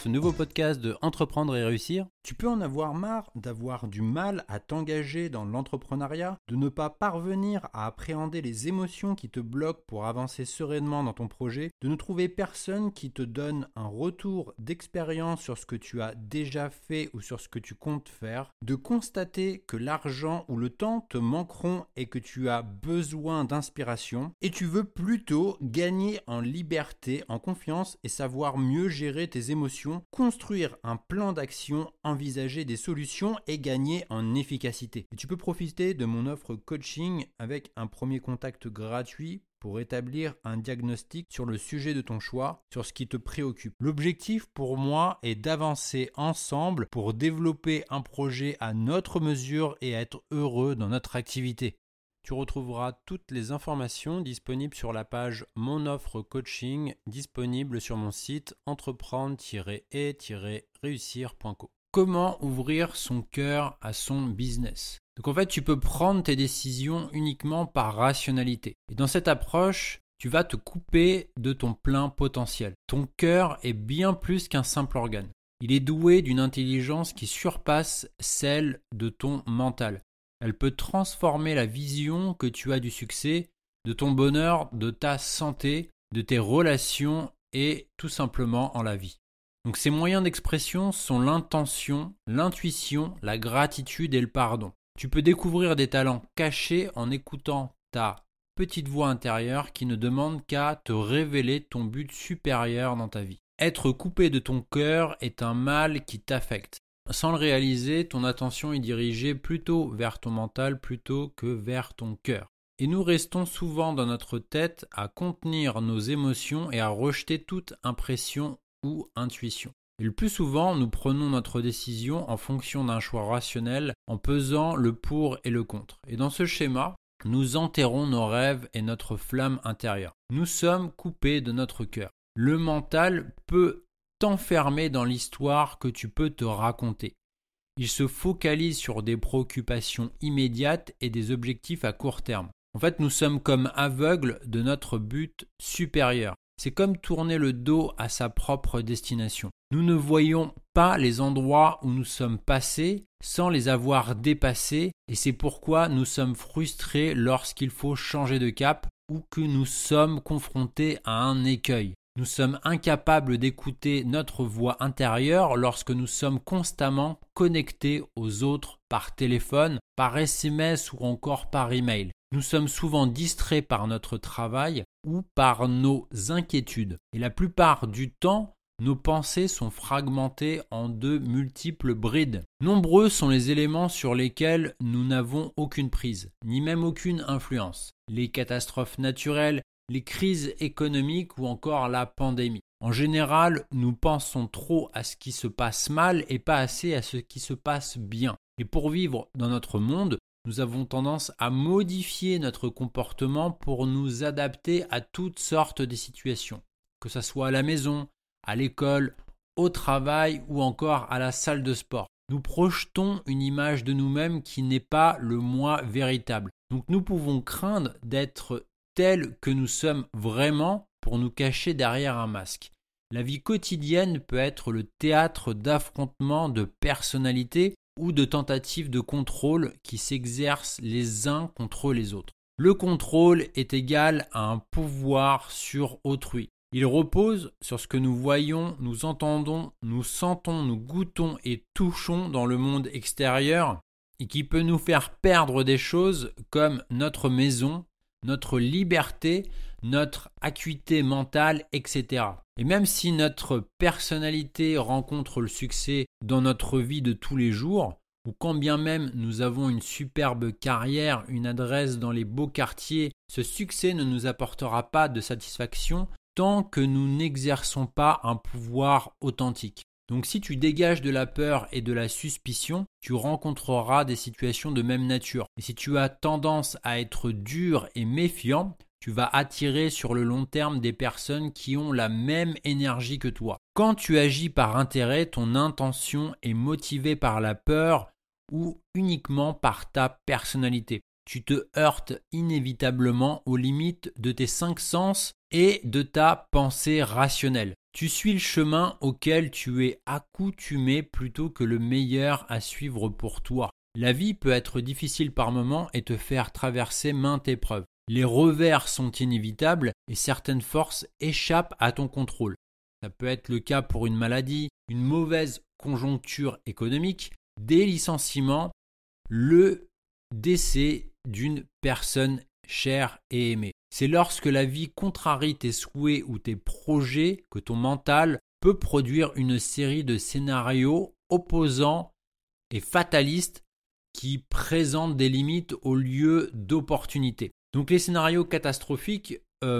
ce nouveau podcast de Entreprendre et réussir. Tu peux en avoir marre d'avoir du mal à t'engager dans l'entrepreneuriat, de ne pas parvenir à appréhender les émotions qui te bloquent pour avancer sereinement dans ton projet, de ne trouver personne qui te donne un retour d'expérience sur ce que tu as déjà fait ou sur ce que tu comptes faire, de constater que l'argent ou le temps te manqueront et que tu as besoin d'inspiration, et tu veux plutôt gagner en liberté, en confiance et savoir mieux gérer tes émotions, construire un plan d'action, envisager des solutions et gagner en efficacité. Et tu peux profiter de mon offre coaching avec un premier contact gratuit pour établir un diagnostic sur le sujet de ton choix, sur ce qui te préoccupe. L'objectif pour moi est d'avancer ensemble pour développer un projet à notre mesure et être heureux dans notre activité. Tu retrouveras toutes les informations disponibles sur la page Mon offre coaching disponible sur mon site entreprendre-et-réussir.co. Comment ouvrir son cœur à son business? Donc en fait, tu peux prendre tes décisions uniquement par rationalité. Et dans cette approche, tu vas te couper de ton plein potentiel. Ton cœur est bien plus qu'un simple organe. Il est doué d'une intelligence qui surpasse celle de ton mental. Elle peut transformer la vision que tu as du succès, de ton bonheur, de ta santé, de tes relations et tout simplement en la vie. Donc ces moyens d'expression sont l'intention, l'intuition, la gratitude et le pardon. Tu peux découvrir des talents cachés en écoutant ta petite voix intérieure qui ne demande qu'à te révéler ton but supérieur dans ta vie. Être coupé de ton cœur est un mal qui t'affecte. Sans le réaliser, ton attention est dirigée plutôt vers ton mental plutôt que vers ton cœur. Et nous restons souvent dans notre tête à contenir nos émotions et à rejeter toute impression ou intuition. Et le plus souvent, nous prenons notre décision en fonction d'un choix rationnel en pesant le pour et le contre. Et dans ce schéma, nous enterrons nos rêves et notre flamme intérieure. Nous sommes coupés de notre cœur. Le mental peut t'enfermer dans l'histoire que tu peux te raconter. Il se focalise sur des préoccupations immédiates et des objectifs à court terme. En fait, nous sommes comme aveugles de notre but supérieur. C'est comme tourner le dos à sa propre destination. Nous ne voyons pas les endroits où nous sommes passés sans les avoir dépassés et c'est pourquoi nous sommes frustrés lorsqu'il faut changer de cap ou que nous sommes confrontés à un écueil. Nous sommes incapables d'écouter notre voix intérieure lorsque nous sommes constamment connectés aux autres par téléphone, par SMS ou encore par email. Nous sommes souvent distraits par notre travail ou par nos inquiétudes. Et la plupart du temps, nos pensées sont fragmentées en de multiples brides. Nombreux sont les éléments sur lesquels nous n'avons aucune prise, ni même aucune influence. Les catastrophes naturelles, les crises économiques ou encore la pandémie. En général, nous pensons trop à ce qui se passe mal et pas assez à ce qui se passe bien. Et pour vivre dans notre monde, nous avons tendance à modifier notre comportement pour nous adapter à toutes sortes de situations, que ce soit à la maison, à l'école, au travail ou encore à la salle de sport. Nous projetons une image de nous-mêmes qui n'est pas le moi véritable. Donc nous pouvons craindre d'être tels que nous sommes vraiment pour nous cacher derrière un masque. La vie quotidienne peut être le théâtre d'affrontements de personnalités ou de tentatives de contrôle qui s'exercent les uns contre les autres. Le contrôle est égal à un pouvoir sur autrui. Il repose sur ce que nous voyons, nous entendons, nous sentons, nous goûtons et touchons dans le monde extérieur et qui peut nous faire perdre des choses comme notre maison, notre liberté, notre acuité mentale, etc. Et même si notre personnalité rencontre le succès dans notre vie de tous les jours, ou quand bien même nous avons une superbe carrière, une adresse dans les beaux quartiers, ce succès ne nous apportera pas de satisfaction tant que nous n'exerçons pas un pouvoir authentique. Donc si tu dégages de la peur et de la suspicion, tu rencontreras des situations de même nature. Et si tu as tendance à être dur et méfiant, tu vas attirer sur le long terme des personnes qui ont la même énergie que toi. Quand tu agis par intérêt, ton intention est motivée par la peur ou uniquement par ta personnalité. Tu te heurtes inévitablement aux limites de tes 5 sens et de ta pensée rationnelle. Tu suis le chemin auquel tu es accoutumé plutôt que le meilleur à suivre pour toi. La vie peut être difficile par moments et te faire traverser maintes épreuves. Les revers sont inévitables et certaines forces échappent à ton contrôle. Ça peut être le cas pour une maladie, une mauvaise conjoncture économique, des licenciements, le décès d'une personne chère et aimée. C'est lorsque la vie contrarie tes souhaits ou tes projets que ton mental peut produire une série de scénarios opposants et fatalistes qui présentent des limites au lieu d'opportunités. Donc les scénarios catastrophiques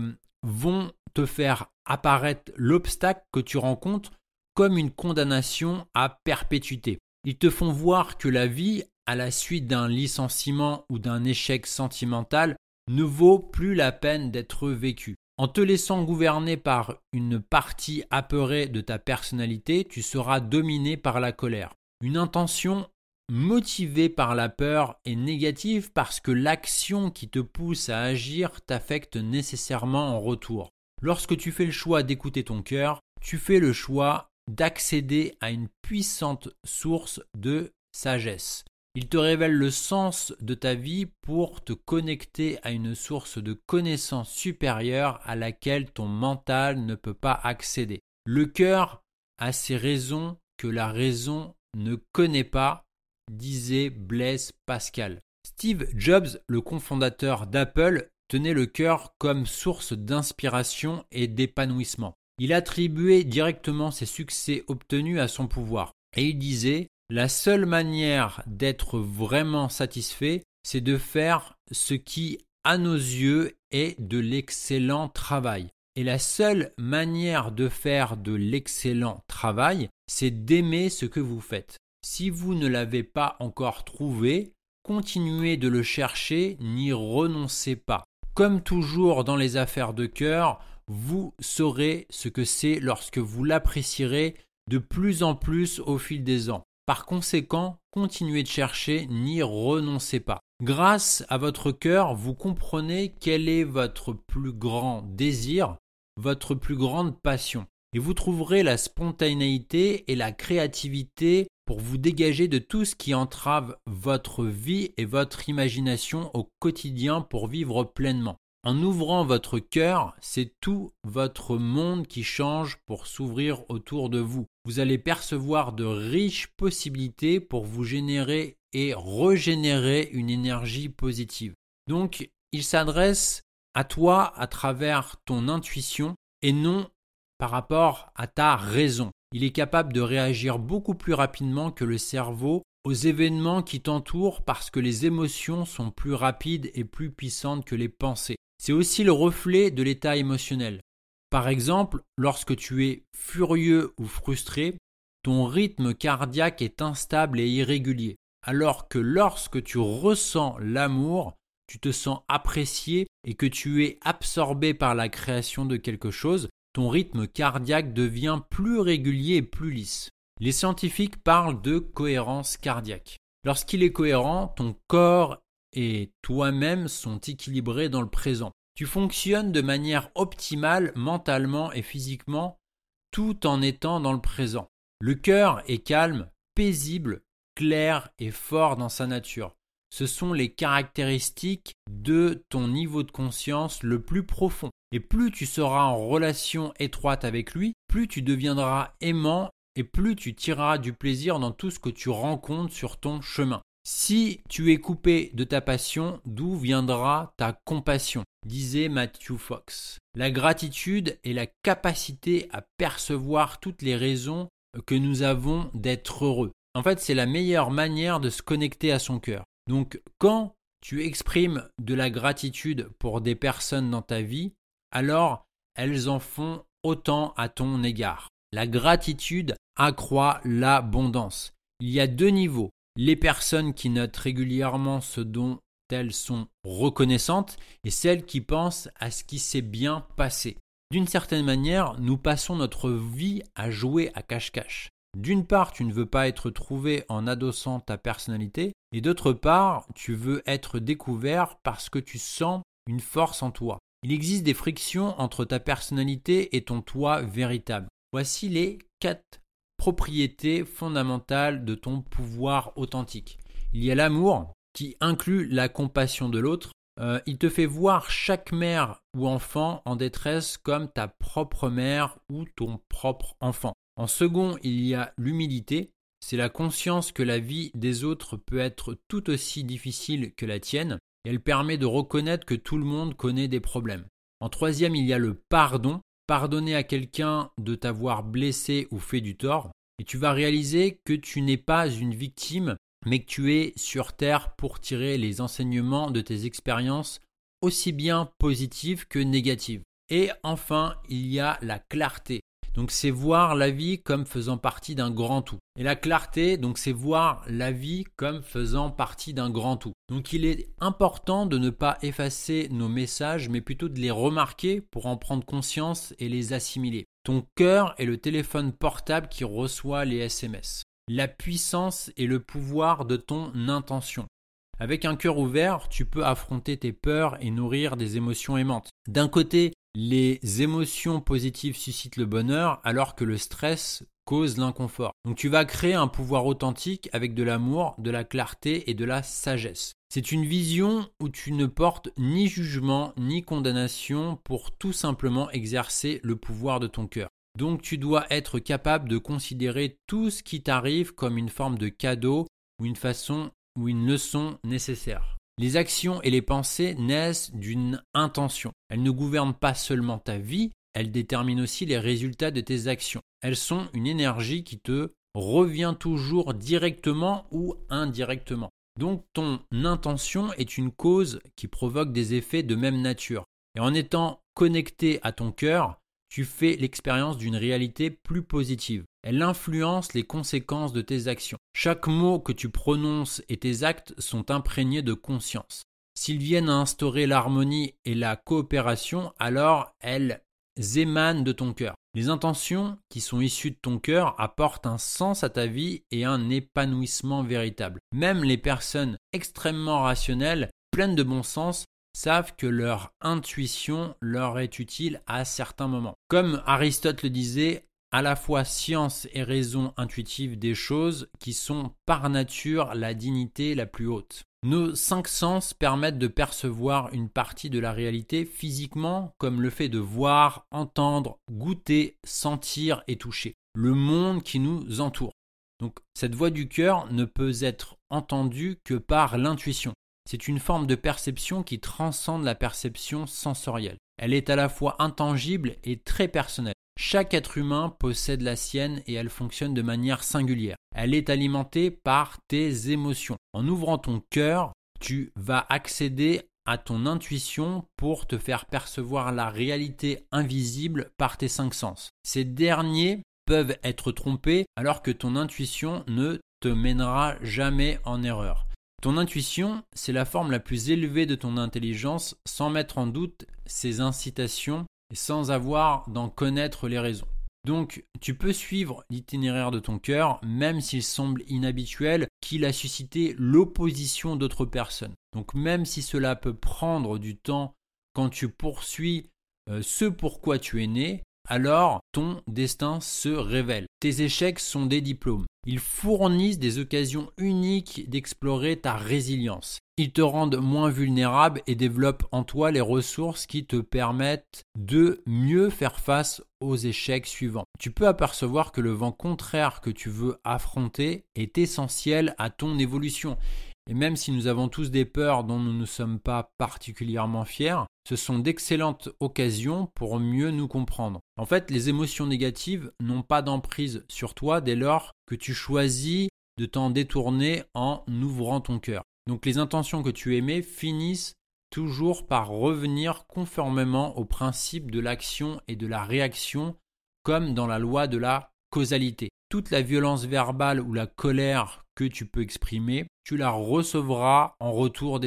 vont te faire apparaître l'obstacle que tu rencontres comme une condamnation à perpétuité. Ils te font voir que la vie, à la suite d'un licenciement ou d'un échec sentimental, ne vaut plus la peine d'être vécue. En te laissant gouverner par une partie apeurée de ta personnalité, tu seras dominé par la colère. Une intention motivée par la peur est négative parce que l'action qui te pousse à agir t'affecte nécessairement en retour. Lorsque tu fais le choix d'écouter ton cœur, tu fais le choix d'accéder à une puissante source de sagesse. Il te révèle le sens de ta vie pour te connecter à une source de connaissance supérieure à laquelle ton mental ne peut pas accéder. Le cœur a ses raisons que la raison ne connaît pas, disait Blaise Pascal. Steve Jobs, le cofondateur d'Apple, tenait le cœur comme source d'inspiration et d'épanouissement. Il attribuait directement ses succès obtenus à son pouvoir. Et il disait: la seule manière d'être vraiment satisfait, c'est de faire ce qui, à nos yeux, est de l'excellent travail. Et la seule manière de faire de l'excellent travail, c'est d'aimer ce que vous faites. Si vous ne l'avez pas encore trouvé, continuez de le chercher, n'y renoncez pas. Comme toujours dans les affaires de cœur, vous saurez ce que c'est lorsque vous l'apprécierez de plus en plus au fil des ans. Par conséquent, continuez de chercher, n'y renoncez pas. Grâce à votre cœur, vous comprenez quel est votre plus grand désir, votre plus grande passion. Et vous trouverez la spontanéité et la créativité pour vous dégager de tout ce qui entrave votre vie et votre imagination au quotidien pour vivre pleinement. En ouvrant votre cœur, c'est tout votre monde qui change pour s'ouvrir autour de vous. Vous allez percevoir de riches possibilités pour vous générer et régénérer une énergie positive. Donc, il s'adresse à toi à travers ton intuition et non par rapport à ta raison. Il est capable de réagir beaucoup plus rapidement que le cerveau aux événements qui t'entourent parce que les émotions sont plus rapides et plus puissantes que les pensées. C'est aussi le reflet de l'état émotionnel. Par exemple, lorsque tu es furieux ou frustré, ton rythme cardiaque est instable et irrégulier, alors que lorsque tu ressens l'amour, tu te sens apprécié et que tu es absorbé par la création de quelque chose, ton rythme cardiaque devient plus régulier et plus lisse. Les scientifiques parlent de cohérence cardiaque. Lorsqu'il est cohérent, ton corps et toi-même sont équilibrés dans le présent. Tu fonctionnes de manière optimale mentalement et physiquement tout en étant dans le présent. Le cœur est calme, paisible, clair et fort dans sa nature. Ce sont les caractéristiques de ton niveau de conscience le plus profond. Et plus tu seras en relation étroite avec lui, plus tu deviendras aimant et plus tu tireras du plaisir dans tout ce que tu rencontres sur ton chemin. Si tu es coupé de ta passion, d'où viendra ta compassion, disait Matthew Fox. La gratitude est la capacité à percevoir toutes les raisons que nous avons d'être heureux. En fait, c'est la meilleure manière de se connecter à son cœur. Donc, quand tu exprimes de la gratitude pour des personnes dans ta vie, alors elles en font autant à ton égard. La gratitude accroît l'abondance. Il y a deux niveaux. Les personnes qui notent régulièrement ce dont elles sont reconnaissantes et celles qui pensent à ce qui s'est bien passé. D'une certaine manière, nous passons notre vie à jouer à cache-cache. D'une part, tu ne veux pas être trouvé en adossant ta personnalité et d'autre part, tu veux être découvert parce que tu sens une force en toi. Il existe des frictions entre ta personnalité et ton toi véritable. Voici les 4 propriétés fondamentales de ton pouvoir authentique. Il y a l'amour qui inclut la compassion de l'autre. Il te fait voir chaque mère ou enfant en détresse comme ta propre mère ou ton propre enfant. En second, il y a l'humilité. C'est la conscience que la vie des autres peut être tout aussi difficile que la tienne. Et elle permet de reconnaître que tout le monde connaît des problèmes. En troisième, il y a le pardon. Pardonner à quelqu'un de t'avoir blessé ou fait du tort. Et tu vas réaliser que tu n'es pas une victime, mais que tu es sur Terre pour tirer les enseignements de tes expériences aussi bien positives que négatives. Et enfin, il y a la clarté. Donc c'est voir la vie comme faisant partie d'un grand tout. Et la clarté, donc c'est voir la vie comme faisant partie d'un grand tout. Donc il est important de ne pas effacer nos messages, mais plutôt de les remarquer pour en prendre conscience et les assimiler. Ton cœur est le téléphone portable qui reçoit les SMS. La puissance et le pouvoir de ton intention. Avec un cœur ouvert, tu peux affronter tes peurs et nourrir des émotions aimantes. D'un côté, les émotions positives suscitent le bonheur alors que le stress cause l'inconfort. Donc tu vas créer un pouvoir authentique avec de l'amour, de la clarté et de la sagesse. C'est une vision où tu ne portes ni jugement ni condamnation pour tout simplement exercer le pouvoir de ton cœur. Donc tu dois être capable de considérer tout ce qui t'arrive comme une forme de cadeau ou une façon ou une leçon nécessaire. Les actions et les pensées naissent d'une intention. Elles ne gouvernent pas seulement ta vie, elles déterminent aussi les résultats de tes actions. Elles sont une énergie qui te revient toujours directement ou indirectement. Donc ton intention est une cause qui provoque des effets de même nature. Et en étant connecté à ton cœur, tu fais l'expérience d'une réalité plus positive. Elle influence les conséquences de tes actions. Chaque mot que tu prononces et tes actes sont imprégnés de conscience. S'ils viennent à instaurer l'harmonie et la coopération, alors elles émanent de ton cœur. Les intentions qui sont issues de ton cœur apportent un sens à ta vie et un épanouissement véritable. Même les personnes extrêmement rationnelles, pleines de bon sens, savent que leur intuition leur est utile à certains moments. Comme Aristote le disait, à la fois science et raison intuitive des choses qui sont par nature la dignité la plus haute. Nos 5 sens permettent de percevoir une partie de la réalité physiquement, comme le fait de voir, entendre, goûter, sentir et toucher. Le monde qui nous entoure. Donc cette voix du cœur ne peut être entendue que par l'intuition. C'est une forme de perception qui transcende la perception sensorielle. Elle est à la fois intangible et très personnelle. Chaque être humain possède la sienne et elle fonctionne de manière singulière. Elle est alimentée par tes émotions. En ouvrant ton cœur, tu vas accéder à ton intuition pour te faire percevoir la réalité invisible par tes 5 sens. Ces derniers peuvent être trompés alors que ton intuition ne te mènera jamais en erreur. Ton intuition, c'est la forme la plus élevée de ton intelligence sans mettre en doute ses incitations et sans avoir d'en connaître les raisons. Donc, tu peux suivre l'itinéraire de ton cœur, même s'il semble inhabituel, qu'il a suscité l'opposition d'autres personnes. Donc, même si cela peut prendre du temps quand tu poursuis ce pourquoi tu es né, alors ton destin se révèle. Tes échecs sont des diplômes. Ils fournissent des occasions uniques d'explorer ta résilience. Ils te rendent moins vulnérable et développent en toi les ressources qui te permettent de mieux faire face aux échecs suivants. Tu peux apercevoir que le vent contraire que tu veux affronter est essentiel à ton évolution. Et même si nous avons tous des peurs dont nous ne sommes pas particulièrement fiers, ce sont d'excellentes occasions pour mieux nous comprendre. En fait, les émotions négatives n'ont pas d'emprise sur toi dès lors que tu choisis de t'en détourner en ouvrant ton cœur. Donc les intentions que tu émets finissent toujours par revenir conformément au principe de l'action et de la réaction, comme dans la loi de la causalité. Toute la violence verbale ou la colère que tu peux exprimer, tu la recevras en retour des autres.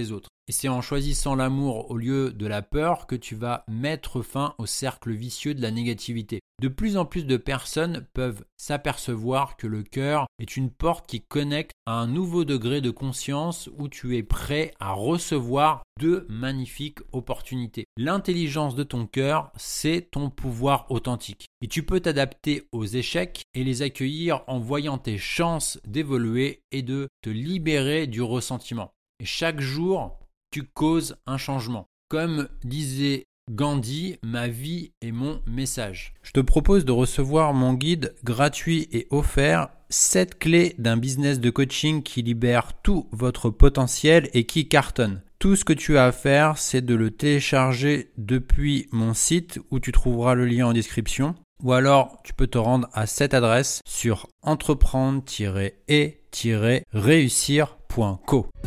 Et c'est en choisissant l'amour au lieu de la peur que tu vas mettre fin au cercle vicieux de la négativité. De plus en plus de personnes peuvent s'apercevoir que le cœur est une porte qui connecte à un nouveau degré de conscience où tu es prêt à recevoir de magnifiques opportunités. L'intelligence de ton cœur, c'est ton pouvoir authentique. Et tu peux t'adapter aux échecs et les accueillir en voyant tes chances d'évoluer et de te libérer du ressentiment. Et chaque jour, tu causes un changement. Comme disait Gandhi, ma vie est mon message. Je te propose de recevoir mon guide gratuit et offert 7 clés d'un business de coaching qui libère tout votre potentiel et qui cartonne. Tout ce que tu as à faire, c'est de le télécharger depuis mon site où tu trouveras le lien en description. Ou alors, tu peux te rendre à cette adresse sur entreprendre-et-réussir.co.